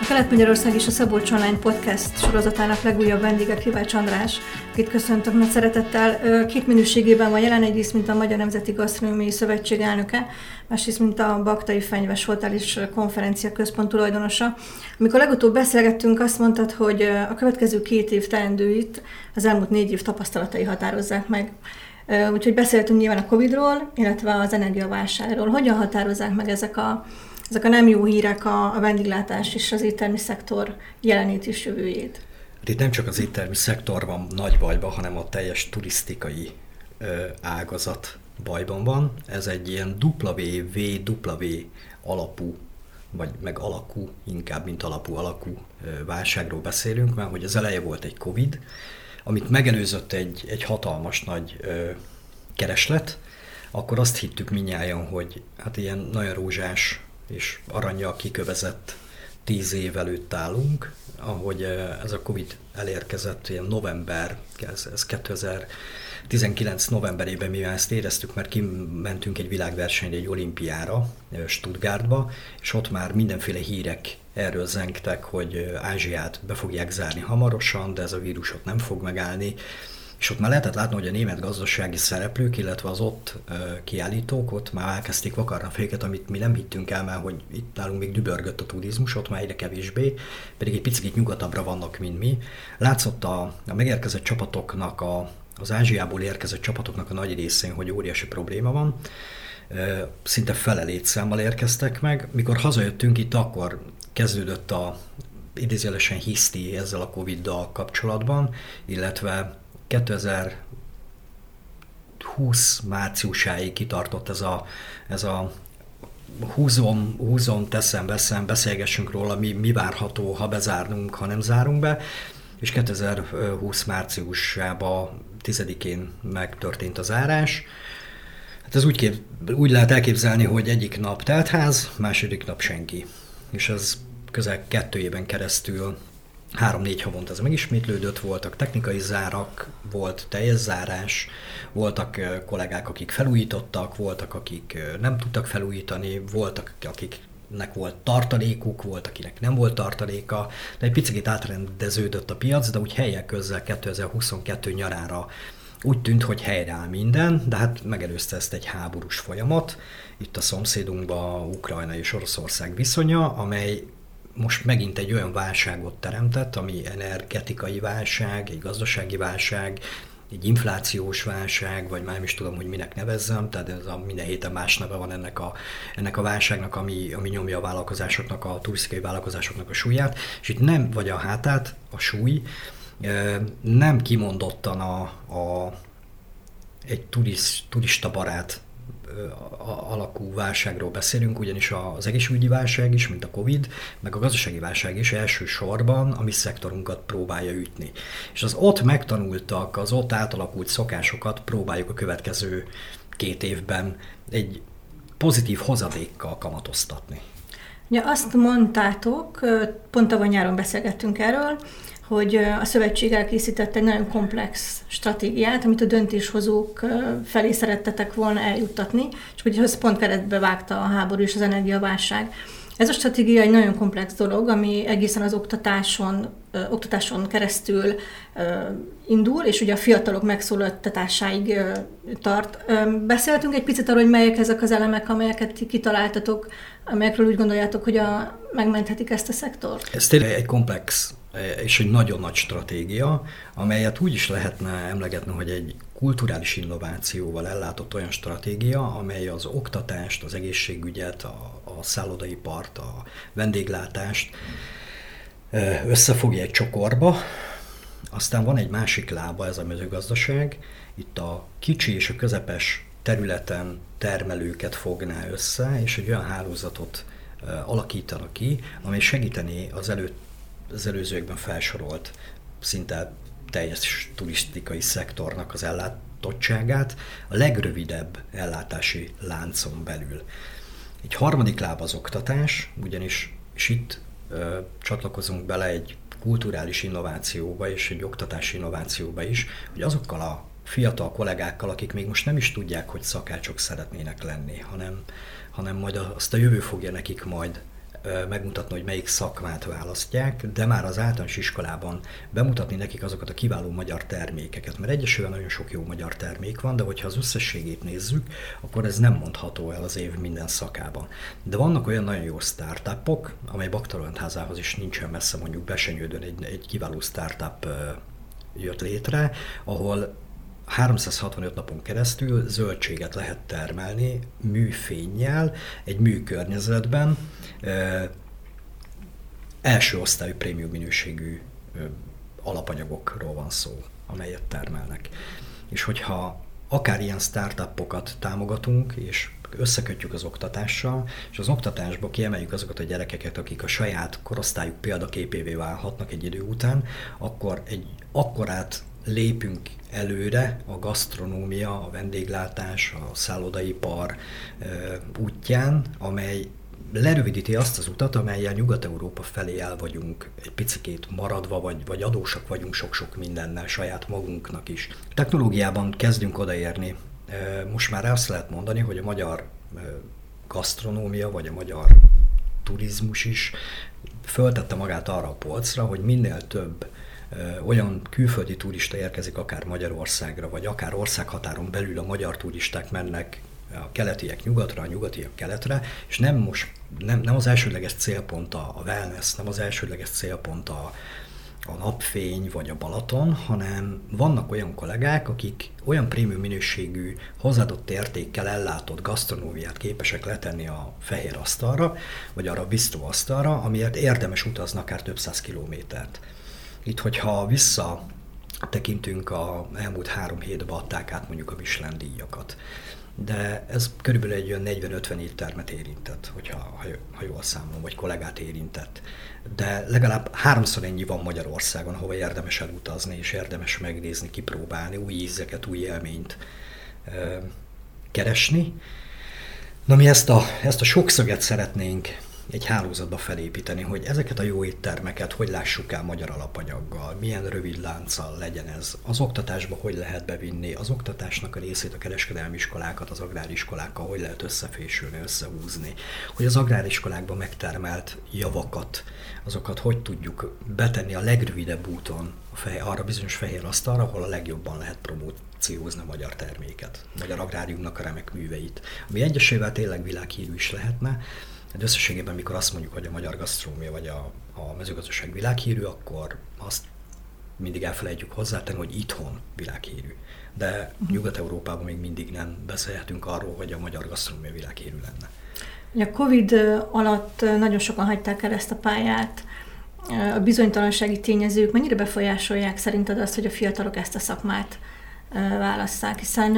A Kelet-Magyarország és a Szabolcs Online Podcast sorozatának legújabb vendége Krivács András, akit köszöntök nagy szeretettel. Két minőségében van jelen, egyrészt mint a Magyar Nemzeti Gasztronómiai Szövetség elnöke, másrészt mint a Baktai Fenyves Hotel és Konferencia Központ tulajdonosa. Amikor legutóbb beszélgettünk, azt mondtad, hogy a következő 2 év teendőit az elmúlt 4 év tapasztalatai határozzák meg. Úgyhogy beszéltünk nyilván a Covid-ról, illetve az energiaválságról. Hogyan határozzák meg ezek a nem jó hírek a vendéglátás és az éttermi szektor jelenét és jövőjét? Itt nem csak az éttermi szektor van nagy bajban, hanem a teljes turisztikai ágazat bajban van. Ez egy ilyen WW alapú, vagy meg alakú, inkább mint alakú válságról beszélünk, mert hogy az eleje volt egy Covid, amit megelőzött egy hatalmas nagy kereslet, akkor azt hittük mindnyájan, hogy hát ilyen nagyon rózsás és arannyal kikövezett 10 év előtt állunk, ahogy ez a Covid elérkezett, ilyen november, ez 2019 novemberében, mivel ezt éreztük, mert kimentünk egy világversenyre, egy olimpiára, Stuttgartba, és ott már mindenféle hírek erről zengtek, hogy Ázsiát be fogják zárni hamarosan, de ez a vírus ott nem fog megállni. És ott már lehetett látni, hogy a német gazdasági szereplők, illetve az ott kiállítók ott már elkezdték vakarni a fejüket, amit mi nem hittünk el, mert hogy itt nálunk még dübörgött a turizmus, ott már egyre kevésbé, pedig egy picit nyugatabbra vannak, mint mi. Látszott a megérkezett csapatoknak, az Ázsiából érkezett csapatoknak a nagy részén, hogy óriási probléma van. Szinte fele létszámmal érkeztek meg. Mikor hazajöttünk itt, akkor kezdődött a idézőjelesen hiszti ezzel a Covid-dal kapcsolatban, illetve 2020 márciusáig kitartott ez a húzom, teszem, veszem, beszélgessünk róla, mi várható, ha bezárnunk, ha nem zárunk be, és 2020 márciusában 10-én megtörtént a zárás. Hát ez úgy lehet elképzelni, hogy egyik nap teltház, második nap senki. És ez közel 2 éven keresztül 3-4 havonta ez megismétlődött, voltak technikai zárak, volt teljes zárás, voltak kollégák, akik felújítottak, voltak, akik nem tudtak felújítani, voltak, akiknek volt tartalékuk, volt, akinek nem volt tartaléka, de egy picit átrendeződött a piac, de úgy helyek közel 2022 nyarára úgy tűnt, hogy helyreáll minden, de hát megelőzte ezt egy háborús folyamat, itt a szomszédunkban Ukrajna és Oroszország viszonya, amely most megint egy olyan válságot teremtett, ami energetikai válság, egy gazdasági válság, egy inflációs válság, vagy már nem is tudom, hogy minek nevezzem, tehát ez minden héten más neve van ennek a válságnak, ami nyomja a vállalkozásoknak, a turisztikai vállalkozásoknak a súlyát, és itt nem, vagy a hátát, a súly, nem kimondottan egy turistabarát alakú válságról beszélünk, ugyanis az egészségügyi válság is, mint a Covid, meg a gazdasági válság is elsősorban a mi szektorunkat próbálja ütni. És az ott megtanultak, az ott átalakult szokásokat próbáljuk a következő 2 évben egy pozitív hozadékkal kamatoztatni. Ja, azt mondtátok, pont tavaly nyáron beszélgettünk erről, hogy a szövetség elkészített egy nagyon komplex stratégiát, amit a döntéshozók felé szerettetek volna eljuttatni, és hogy ez pont keretbe vágta a háború és az energiaválság. Ez a stratégia egy nagyon komplex dolog, ami egészen az oktatáson keresztül indul, és ugye a fiatalok megszólaltatásáig tart. Beszéltünk egy picit arról, hogy melyek ezek az elemek, amelyeket kitaláltatok, amelyekről úgy gondoljátok, hogy megmenthetik ezt a szektort? Ez tényleg egy komplex és egy nagyon nagy stratégia, amelyet úgy is lehetne emlegetni, hogy egy kulturális innovációval ellátott olyan stratégia, amely az oktatást, az egészségügyet, a szállodaipart, a vendéglátást összefogja egy csokorba. Aztán van egy másik lába, ez a mezőgazdaság. Itt a kicsi és a közepes területen termelőket fogná össze, és egy olyan hálózatot alakítana ki, amely segítené az előzőkben felsorolt szinte teljes turisztikai szektornak az ellátottságát a legrövidebb ellátási láncon belül. Egy harmadik láb az oktatás, ugyanis itt csatlakozunk bele egy kulturális innovációba és egy oktatási innovációba is, hogy azokkal a fiatal kollégákkal, akik még most nem is tudják, hogy szakácsok szeretnének lenni, hanem majd azt a jövő fogja nekik majd megmutatni, hogy melyik szakmát választják, de már az általános iskolában bemutatni nekik azokat a kiváló magyar termékeket, mert egyesével nagyon sok jó magyar termék van, de hogyha az összességét nézzük, akkor ez nem mondható el az év minden szakában. De vannak olyan nagyon jó startupok, amely Bakta-Lőrincházához is nincsen messze, mondjuk Besenyődön egy kiváló startup jött létre, ahol 365 napon keresztül zöldséget lehet termelni műfénnyel, egy műkörnyezetben, első osztályú prémium minőségű alapanyagokról van szó, amelyet termelnek. És hogyha akár ilyen startupokat támogatunk, és összekötjük az oktatással, és az oktatásba kiemeljük azokat a gyerekeket, akik a saját korosztályuk példaképévé válhatnak egy idő után, akkor egy akkorát lépünk előre a gasztronómia, a vendéglátás, a szállodaipar útján, amely lerövidíti azt az utat, amellyel Nyugat-Európa felé el vagyunk egy picikét maradva, vagy adósak vagyunk sok-sok mindennel, saját magunknak is. Technológiában kezdünk odaérni. Most már azt lehet mondani, hogy a magyar gasztronómia, vagy a magyar turizmus is föltette magát arra a polcra, hogy minél több olyan külföldi turista érkezik akár Magyarországra, vagy akár országhatáron belül a magyar turisták mennek a keletiek nyugatra, a nyugatiak keletre, és nem az elsődleges célpont a wellness, nem az elsődleges célpont a napfény vagy a Balaton, hanem vannak olyan kollégák, akik olyan prémium minőségű, hozzáadott értékkel ellátott gasztronómiát képesek letenni a fehér asztalra, vagy arra a bisztró asztalra, amiért érdemes utazni akár több száz kilométert. Itt, hogyha visszatekintünk a elmúlt 3 hétben adták át mondjuk a Michelin díjakat. De ez körülbelül egy olyan 40-50 éttermet érintett, ha jól számolom, vagy kollégát érintett. De legalább 3-szor ennyi van Magyarországon, ahova érdemes elutazni, és érdemes megnézni, kipróbálni, új ízeket, új élményt keresni. Na mi ezt a sokszöget szeretnénk egy hálózatba felépíteni, hogy ezeket a jó éttermeket hogy lássuk el magyar alapanyaggal, milyen rövid lánccal legyen ez, az oktatásba hogy lehet bevinni, az oktatásnak a részét, a kereskedelmi iskolákat, az agráriskolákkal hogy lehet összefésülni, összehúzni, hogy az agráriskolákban megtermelt javakat, azokat hogy tudjuk betenni a legrövidebb úton arra bizonyos fehér asztalra, ahol a legjobban lehet promóciózni a magyar terméket, a magyar agráriumnak a remek műveit, ami egyesével tényleg világhírű is lehetne. De összességében, mikor azt mondjuk, hogy a magyar gasztronómia vagy a mezőgazdaság világhírű, akkor azt mindig elfelejtjük hozzátenni, hogy itthon világhírű. De Nyugat-Európában még mindig nem beszélhetünk arról, hogy a magyar gasztronómia világhírű lenne. A Covid alatt nagyon sokan hagyták el ezt a pályát. A bizonytalansági tényezők mennyire befolyásolják szerinted azt, hogy a fiatalok ezt a szakmát válasszák? Hiszen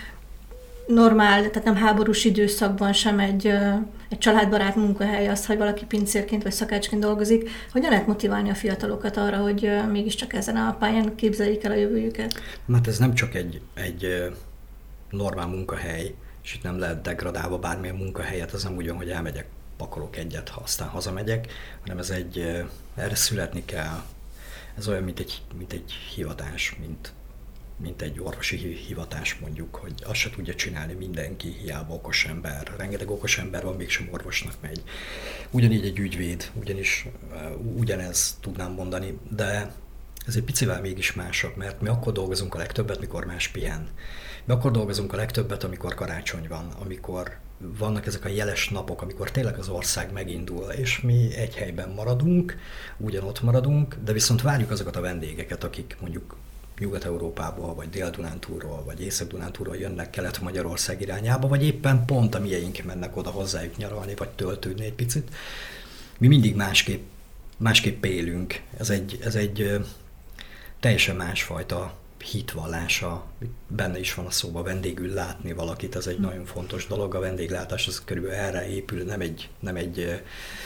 normál, tehát nem háborús időszakban sem egy családbarát munkahely az, hogy valaki pincérként vagy szakácsként dolgozik. Hogyan lehet motiválni a fiatalokat arra, hogy mégiscsak ezen a pályán képzeljék el a jövőjüket? Hát ez nem csak egy normál munkahely, és itt nem lehet degradálva bármilyen munkahelyet, az nem úgy van, hogy elmegyek, pakolok egyet, aztán hazamegyek, hanem ez erre születni kell. Ez olyan, mint egy hivatás, mint egy orvosi hivatás mondjuk, hogy azt se tudja csinálni mindenki, hiába okos ember. Rengeteg okos ember van, mégsem orvosnak megy. Ugyanígy egy ügyvéd, ugyanez tudnám mondani, de ez egy picivel mégis másabb, mert mi akkor dolgozunk a legtöbbet, mikor más pihen. Mi akkor dolgozunk a legtöbbet, amikor karácsony van, amikor vannak ezek a jeles napok, amikor tényleg az ország megindul, és mi egy helyben maradunk, ugyanott maradunk, de viszont várjuk azokat a vendégeket, akik mondjuk Nyugat-Európából, vagy Dél-Dunántúlról, vagy Észak-Dunántúlról jönnek Kelet-Magyarország irányába, vagy éppen pont a mieink mennek oda hozzájuk nyaralni, vagy töltődni egy picit. Mi mindig másképp élünk. Ez egy teljesen másfajta hitvallása. Benne is van a szóban vendégül látni valakit, ez egy nagyon fontos dolog. A vendéglátás az körülbelül erre épül, nem egy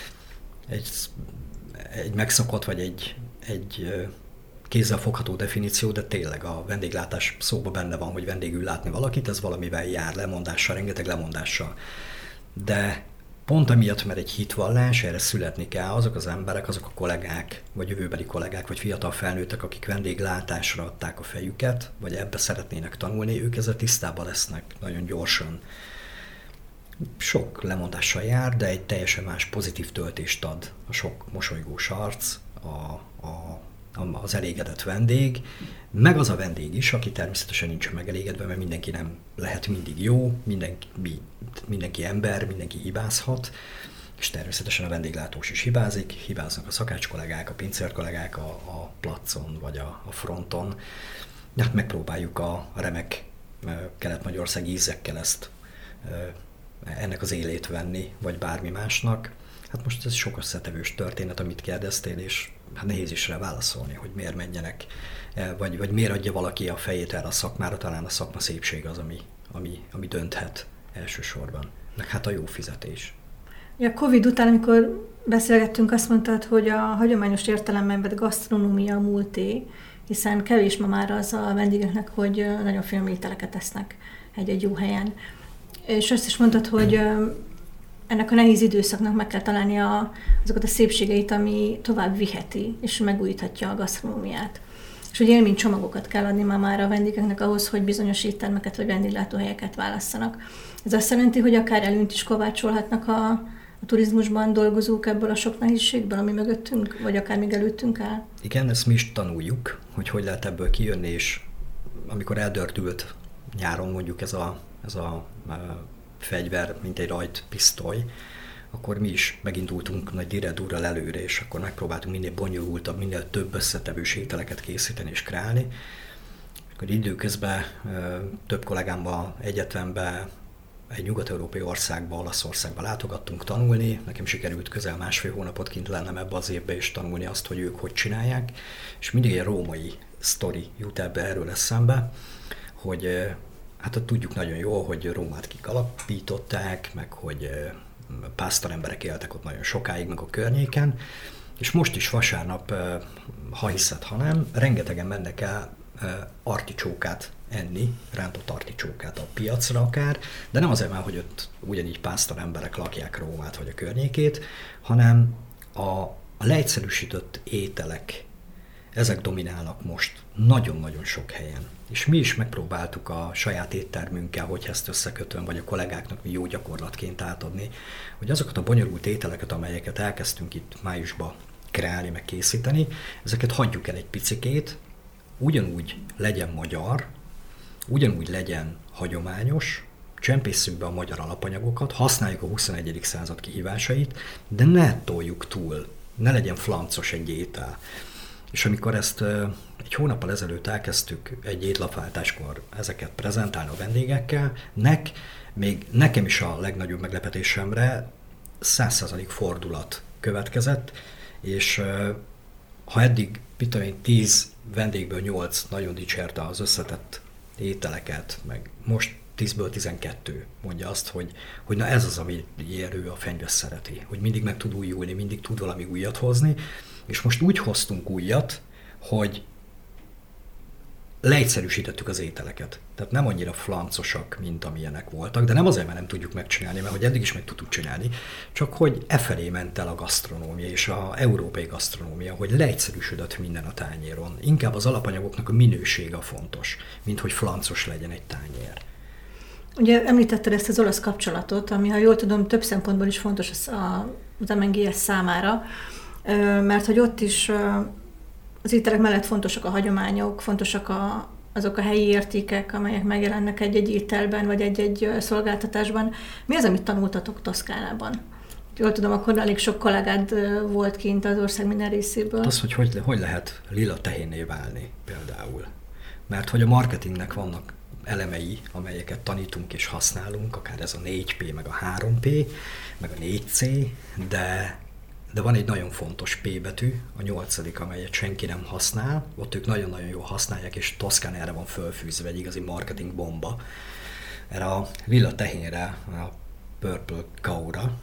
megszokott, vagy egy kézzel fogható definíció, de tényleg a vendéglátás szóba benne van, hogy vendégül látni valakit, ez valamivel jár, lemondással, rengeteg lemondással. De pont amiatt, mert egy hitvallás, erre születni kell, azok az emberek, azok a kollégák, vagy jövőbeli kollégák, vagy fiatal felnőttek, akik vendéglátásra adták a fejüket, vagy ebbe szeretnének tanulni, ők ezzel tisztában lesznek nagyon gyorsan. sok lemondással jár, de egy teljesen más pozitív töltést ad a sok mosolygós arc, az elégedett vendég, meg az a vendég is, aki természetesen nincs megelégedve, mert mindenki nem lehet mindig jó, mindenki ember, mindenki hibázhat, és természetesen a vendéglátós is hibázik, hibáznak a szakács kollégák, a pincér kollégák a placon vagy a fronton. De hát megpróbáljuk a remek kelet-magyarországi ízekkel ennek az élét venni, vagy bármi másnak. Hát most ez sok összetevős történet, amit kérdeztél, és hát nehéz is rá válaszolni, hogy miért menjenek, vagy miért adja valaki a fejét erre a szakmára, talán a szakma szépsége az, ami dönthet elsősorban. Meg hát a jó fizetés. A Covid után, amikor beszélgettünk, azt mondtad, hogy a hagyományos értelemben vett gasztronómia a múlté, hiszen kevés ma már az a vendégeknek, hogy nagyon finom ételeket esznek egy jó helyen. És azt is mondtad, hogy ennek a nehéz időszaknak meg kell találni azokat a szépségeit, ami tovább viheti és megújíthatja a gasztronómiát. És hogy élménycsomagokat kell adni már a vendégeknek ahhoz, hogy bizonyos éttermeket vagy vendéglátóhelyeket válasszanak. Ez azt jelenti, hogy akár előnyt is kovácsolhatnak a turizmusban dolgozók ebből a sok nehézségből, ami mögöttünk, vagy akár még előttünk áll? Igen, ezt mi is tanuljuk, hogy lehet ebből kijönni, és amikor eldördült nyáron mondjuk ez a fegyver, mint egy rajtpisztoly, akkor mi is megindultunk nagy dire-durral előre, és akkor megpróbáltunk minél bonyolultabb, minél több összetevős ételeket készíteni és kreálni. Akkor időközben több kollégámmal egyetemben egy nyugat-európai országba, Olaszországba látogattunk tanulni. Nekem sikerült közel 1,5 hónapot kint lennem ebbe az évbe, és tanulni azt, hogy ők hogy csinálják. És mindig egy római sztori jut ebbe erről eszembe, hogy hát tudjuk nagyon jól, hogy Rómát kik alapították, meg hogy pásztoremberek éltek ott nagyon sokáig, meg a környéken, és most is vasárnap, ha hiszed, ha nem, rengetegen mennek el articsókát enni, rántott articsókát a piacra akár, de nem azért már, hogy ott ugyanígy pásztoremberek lakják Rómát vagy a környékét, hanem a leegyszerűsített ételek, ezek dominálnak most nagyon-nagyon sok helyen. És mi is megpróbáltuk a saját éttermünkkel, hogy ezt összekötően, vagy a kollégáknak mi jó gyakorlatként átadni, hogy azokat a bonyolult ételeket, amelyeket elkezdtünk itt májusban kreálni, meg készíteni, ezeket hagyjuk el egy picikét, ugyanúgy legyen magyar, ugyanúgy legyen hagyományos, csempészünk be a magyar alapanyagokat, használjuk a 21. század kihívásait, de ne toljuk túl, ne legyen flancos egy étel. És amikor ezt egy hónappal ezelőtt elkezdtük egy étlapváltáskor ezeket prezentálni a vendégekkel, még nekem is a legnagyobb meglepetésemre 100% fordulat következett, és ha eddig 10 vendégből 8 nagyon dicsérte az összetett ételeket, meg most 10-ből 12 mondja azt, hogy na ez az, ami ő a fenyvesz szereti, hogy mindig meg tud újulni, mindig tud valami újat hozni, és most úgy hoztunk újat, hogy leegyszerűsítettük az ételeket. Tehát nem annyira flancosak, mint amilyenek voltak, de nem azért, mert nem tudjuk megcsinálni, mert hogy eddig is meg tudtuk csinálni, csak hogy efelé ment el a gasztronómia és az európai gasztronómia, hogy leegyszerűsödött minden a tányéron. Inkább az alapanyagoknak a minősége a fontos, mint hogy flancos legyen egy tányér. Ugye említetted ezt az olasz kapcsolatot, ami, ha jól tudom, több szempontból is fontos az MNGS számára, mert hogy ott is az ételek mellett fontosak a hagyományok, fontosak azok a helyi értékek, amelyek megjelennek egy-egy ételben, vagy egy-egy szolgáltatásban. Mi az, amit tanultatok Toszkánában? Jól tudom, akkor elég sok kollégád volt kint az ország minden részéből. Az, hogy lehet lila tehénné válni például. Mert hogy a marketingnek vannak elemei, amelyeket tanítunk és használunk, akár ez a 4P, meg a 3P, meg a 4C, de van egy nagyon fontos P betű, a 8., amelyet senki nem használ, ott ők nagyon-nagyon jól használják, és Toszkán erre van fölfűzve egy igazi marketing bomba. Erre a lila tehénre, a Purple Cow-ra,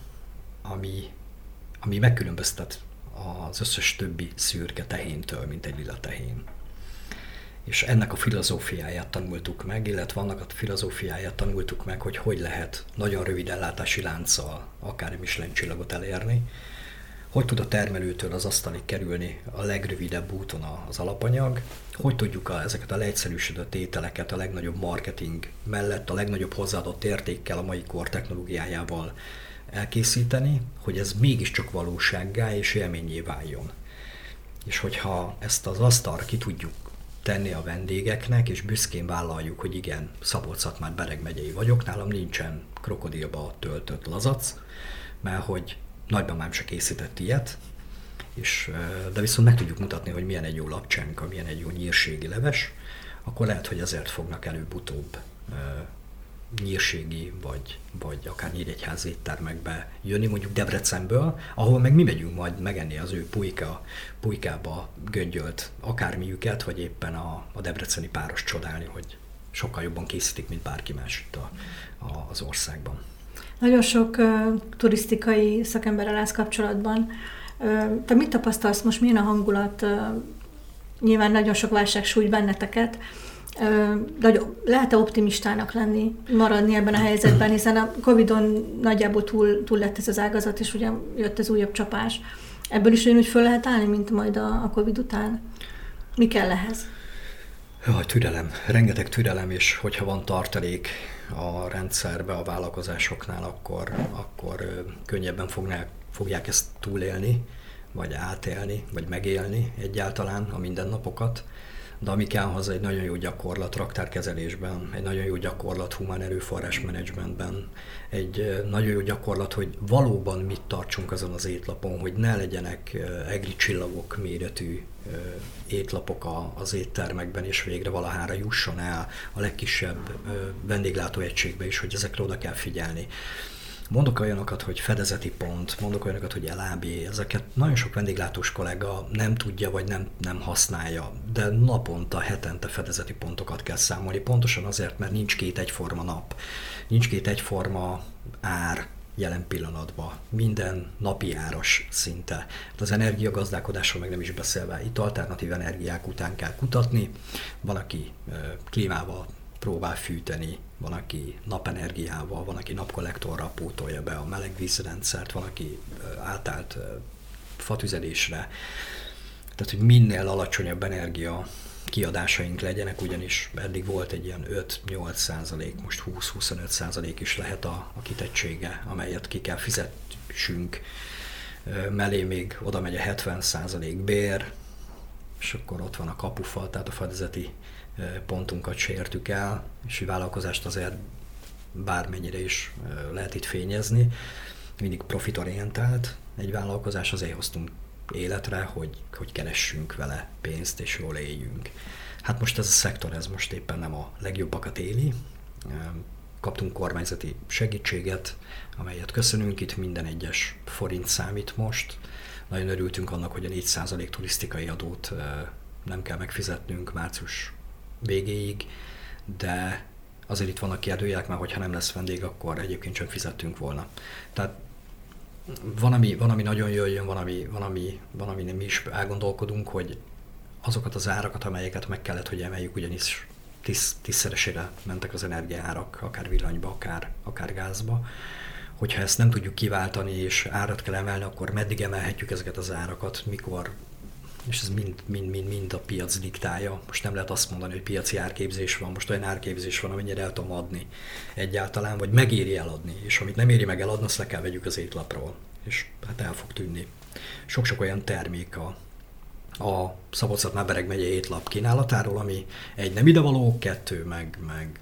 ami megkülönböztet az összes többi szürke tehéntől, mint egy lila tehén. És ennek a filozófiáját tanultuk meg, illetve annak a filozófiáját tanultuk meg, hogy lehet nagyon rövid ellátási lánccal akár Michelin csillagot elérni, hogy tud a termelőtől az asztalig kerülni a legrövidebb úton az alapanyag, hogy tudjuk ezeket a leegyszerűsödött ételeket a legnagyobb marketing mellett, a legnagyobb hozzáadott értékkel, a mai kor technológiájával elkészíteni, hogy ez mégiscsak valósággá és élménnyé váljon. És hogyha ezt az asztalra ki tudjuk tenni a vendégeknek, és büszkén vállaljuk, hogy igen, Szabolcs-Szatmár-Bereg megyei vagyok, nálam nincsen krokodilba töltött lazac, mert hogy nagymamám se készített ilyet, de viszont meg tudjuk mutatni, hogy milyen egy jó lapcsánka, milyen egy jó nyírségi leves, akkor lehet, hogy ezért fognak előbb-utóbb nyírségi, vagy akár nyíregyházi éttermekbe jönni, mondjuk Debrecenből, ahol meg mi megyünk majd megenni az ő pulykába göngyölt akármiüket, vagy éppen a debreceni páros csodálni, hogy sokkal jobban készítik, mint bárki más itt az országban. Nagyon sok turisztikai szakemberrel állsz kapcsolatban. Te mit tapasztalsz most, milyen a hangulat? Nyilván nagyon sok válság sújt benneteket. Lehet-e optimistának lenni, maradni ebben a helyzetben, hiszen a Covid-on nagyjából túl lett ez az ágazat, és ugye jött az újabb csapás. Ebből is ugyanúgy föl lehet állni, mint majd a Covid után? Mi kell ehhez? Türelem, rengeteg türelem, és hogyha van tartalék a rendszerbe, a vállalkozásoknál, akkor könnyebben fogják ezt túlélni, vagy átélni, vagy megélni egyáltalán a mindennapokat. De ami kell hozzá, egy nagyon jó gyakorlat raktárkezelésben, egy nagyon jó gyakorlat humán erőforrás menedzsmentben, egy nagyon jó gyakorlat, hogy valóban mit tartsunk azon az étlapon, hogy ne legyenek egri csillagok méretű étlapok az éttermekben, és végre valahára jusson el a legkisebb vendéglátóegységbe is, hogy ezekre oda kell figyelni. Mondok olyanokat, hogy fedezeti pont, mondok olyanokat, hogy LAB, ezeket nagyon sok vendéglátós kollega nem tudja, vagy nem használja, de naponta, hetente fedezeti pontokat kell számolni, pontosan azért, mert nincs két egyforma nap, nincs két egyforma ár jelen pillanatban, minden napi áras szinte. Hát az energiagazdálkodásról meg nem is beszélve, itt alternatív energiák után kell kutatni, van, aki klímával próbál fűteni, van, aki napenergiával, van, aki napkollektorral pótolja be a melegvízrendszert, van, aki átállt fatüzelésre. Tehát, hogy minél alacsonyabb energia kiadásaink legyenek, ugyanis eddig volt egy ilyen 5-8%, most 20-25% is lehet a kitettsége, amelyet ki kell fizessünk. Mellé még oda megy a 70% bér, és akkor ott van a kapufal, tehát a fedezeti pontunkat se értük el, és a vállalkozást azért bármennyire is lehet itt fényezni, mindig profitorientált egy vállalkozás, azért hoztunk életre, hogy keressünk vele pénzt és jól éljünk. Hát most ez a szektor, ez most éppen nem a legjobbakat éli. Kaptunk kormányzati segítséget, amelyet köszönünk, itt minden egyes forint számít most. Nagyon örültünk annak, hogy a 4% turisztikai adót nem kell megfizetnünk március végéig, de azért itt vannak kérdőjelek, mert hogyha nem lesz vendég, akkor egyébként sem fizettünk volna. Tehát van, ami nagyon jöjjön, van, ami nem is elgondolkodunk, hogy azokat az árakat, amelyeket meg kellett, hogy emeljük, ugyanis tízszeresére mentek az energiaárak, akár villanyba, akár gázba. Hogyha ezt nem tudjuk kiváltani, és árat kell emelni, akkor meddig emelhetjük ezeket az árakat, mikor, és ez mind a piac diktálja. Most nem lehet azt mondani, hogy piaci árképzés van, most olyan árképzés van, amennyire el tudom adni egyáltalán, vagy megéri eladni, és amit nem éri meg eladni, azt le kell vegyük az étlapról, és hát el fog tűnni. Sok-sok olyan termék a Szabolcs-Szatmár-Bereg megyei étlap kínálatáról, ami egy nem idevaló, kettő meg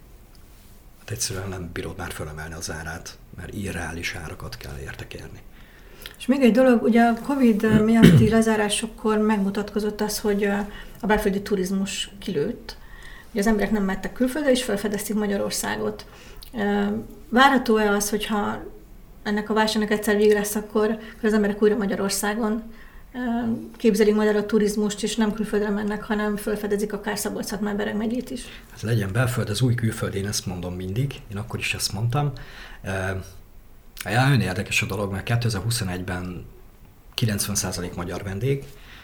hát egyszerűen nem bírod már fölemelni az árát, mert irreális árakat kell érte kérni. És még egy dolog, ugye a Covid miatti lezárásokkor megmutatkozott az, hogy a belföldi turizmus kilőtt. Ugye az emberek nem mentek külföldre, és felfedezték Magyarországot. Várható-e az, hogyha ennek a válságnak egyszer vége lesz, akkor az emberek újra Magyarországon képzelik majd el a turizmust, és nem külföldre mennek, hanem felfedezik akár Szabolcs-Szatmár-Bereg megyét is? Hát legyen belföld, az új külföld, én ezt mondom mindig, én akkor is ezt mondtam. Nagyon érdekes a dolog, mert 2021-ben 90% magyar vendég,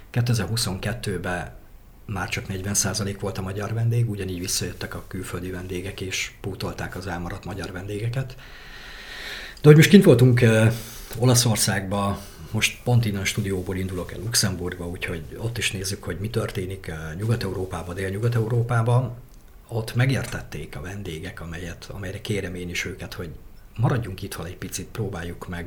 2022-ben már csak 40% volt a magyar vendég, ugyanígy visszajöttek a külföldi vendégek, és pótolták az elmaradt magyar vendégeket. De hogy most kint voltunk Olaszországban, most pont innen a stúdióból indulok el Luxemburgba, úgyhogy ott is nézzük, hogy mi történik Nyugat-Európában, Dél-Nyugat-Európában. Ott megértették a vendégek, amelyre kérem én is őket, hogy maradjunk itthon egy picit, próbáljuk meg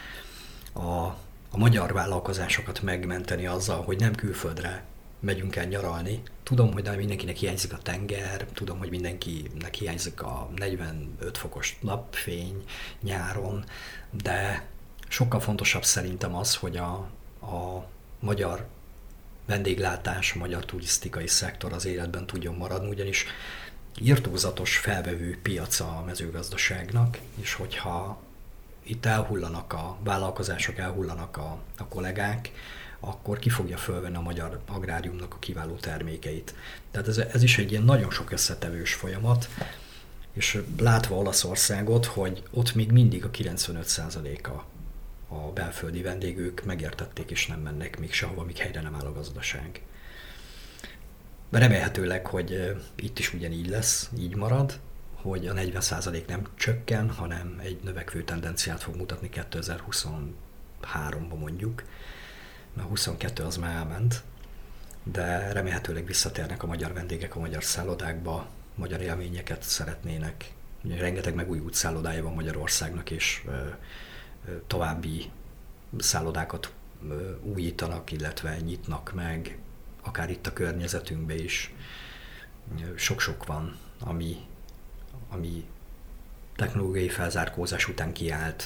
a magyar vállalkozásokat megmenteni azzal, hogy nem külföldre megyünk el nyaralni. Tudom, hogy mindenkinek hiányzik a tenger, tudom, hogy mindenkinek hiányzik a 45 fokos napfény nyáron, de sokkal fontosabb szerintem az, hogy a magyar vendéglátás, a magyar turisztikai szektor az életben tudjon maradni, ugyanis irtózatos felvevő piaca a mezőgazdaságnak, és hogyha itt elhullanak a vállalkozások, elhullanak a kollégák, akkor ki fogja fölvenni a magyar agráriumnak a kiváló termékeit. Tehát ez is egy ilyen nagyon sok összetevős folyamat, és látva Olaszországot, hogy ott még mindig a 95%-a a belföldi vendégük megértették, és nem mennek még sehova, míg helyre nem áll a gazdaság. Remélhetőleg, hogy itt is ugyanígy lesz, így marad, hogy a 40% nem csökken, hanem egy növekvő tendenciát fog mutatni 2023-ban mondjuk, mert 22 az már elment, de remélhetőleg visszatérnek a magyar vendégek a magyar szállodákba, magyar élményeket szeretnének. Ugye rengeteg megújult szállodája van Magyarországnak, és további szállodákat újítanak, illetve nyitnak meg, akár itt a környezetünkben is. Sok-sok van, ami technológiai felzárkózás után kiállt,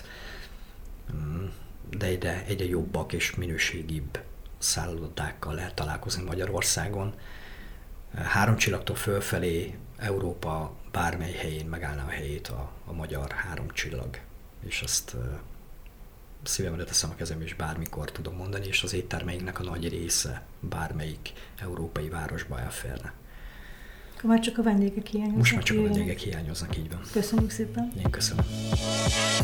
de egyre jobbak és minőségibb szállodákkal lehet találkozni Magyarországon. 3 csillagtól fölfelé Európa bármely helyén megállná a helyét a magyar 3 csillag, és ezt szívemre teszem a kezem, és bármikor tudom mondani, és az éttermeinknek a nagy része bármelyik európai városba elférne. Már csak a vendégek hiányoznak. Most már csak a vendégek hiányoznak, így van. Köszönjük szépen. Én köszönöm.